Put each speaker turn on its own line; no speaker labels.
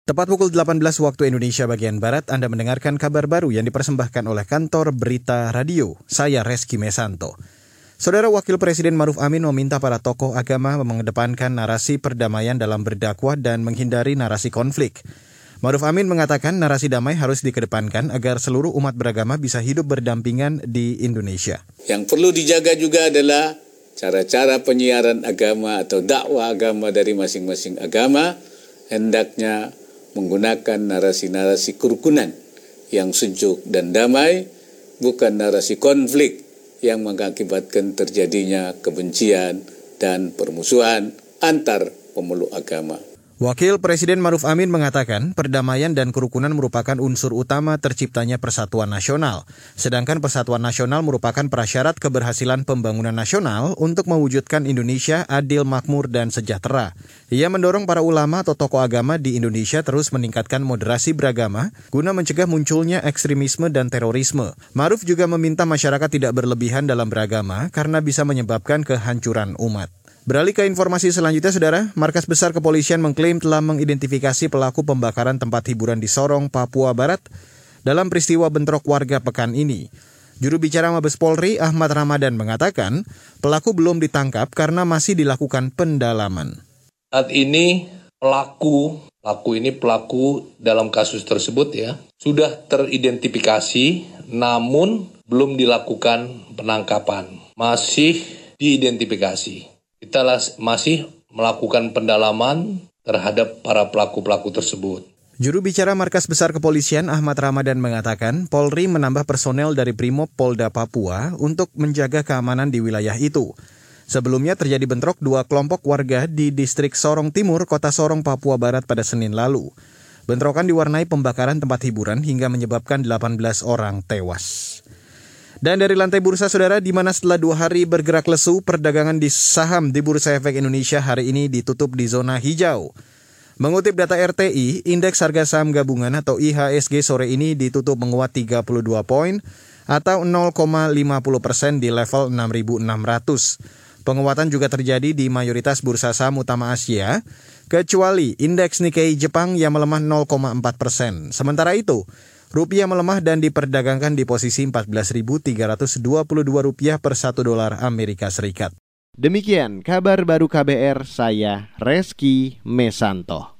Tepat pukul 18 waktu Indonesia bagian Barat, Anda mendengarkan kabar baru yang dipersembahkan oleh kantor Berita Radio. Saya Reski Mesanto. Saudara Wakil Presiden Maruf Amin meminta para tokoh agama mengedepankan narasi perdamaian dalam berdakwah dan menghindari narasi konflik. Maruf Amin mengatakan narasi damai harus dikedepankan agar seluruh umat beragama bisa hidup berdampingan di Indonesia.
Yang perlu dijaga juga adalah cara-cara penyiaran agama atau dakwah agama dari masing-masing agama hendaknya menggunakan narasi-narasi kerukunan yang sejuk dan damai, bukan narasi konflik yang mengakibatkan terjadinya kebencian dan permusuhan antar pemeluk agama.
Wakil Presiden Maruf Amin mengatakan perdamaian dan kerukunan merupakan unsur utama terciptanya persatuan nasional. Sedangkan persatuan nasional merupakan prasyarat keberhasilan pembangunan nasional untuk mewujudkan Indonesia adil, makmur, dan sejahtera. Ia mendorong para ulama atau tokoh agama di Indonesia terus meningkatkan moderasi beragama guna mencegah munculnya ekstremisme dan terorisme. Maruf juga meminta masyarakat tidak berlebihan dalam beragama karena bisa menyebabkan kehancuran umat. Beralih ke informasi selanjutnya, Saudara, Markas Besar Kepolisian mengklaim telah mengidentifikasi pelaku pembakaran tempat hiburan di Sorong, Papua Barat dalam peristiwa bentrok warga pekan ini. Juru bicara Mabes Polri, Ahmad Ramadan, mengatakan pelaku belum ditangkap karena masih dilakukan pendalaman.
Saat ini pelaku dalam kasus tersebut sudah teridentifikasi, namun belum dilakukan penangkapan. Masih diidentifikasi. Kita masih melakukan pendalaman terhadap para pelaku-pelaku tersebut.
Juru bicara Markas Besar Kepolisian Ahmad Ramadan mengatakan Polri menambah personel dari Brimob Polda Papua untuk menjaga keamanan di wilayah itu. Sebelumnya terjadi bentrok dua kelompok warga di distrik Sorong Timur, Kota Sorong, Papua Barat pada Senin lalu. Bentrokan diwarnai pembakaran tempat hiburan hingga menyebabkan 18 orang tewas. Dan dari lantai bursa, Saudara, di mana setelah 2 hari bergerak lesu, perdagangan di saham di Bursa Efek Indonesia hari ini ditutup di zona hijau. Mengutip data RTI, indeks harga saham gabungan atau IHSG sore ini ditutup menguat 32 poin atau 0,50% di level 6.600. Penguatan juga terjadi di mayoritas bursa saham utama Asia, kecuali indeks Nikkei Jepang yang melemah 0,4%. Sementara itu, rupiah melemah dan diperdagangkan di posisi Rp14.322 per $1 Amerika Serikat. Demikian kabar baru KBR, saya Reski Mesanto.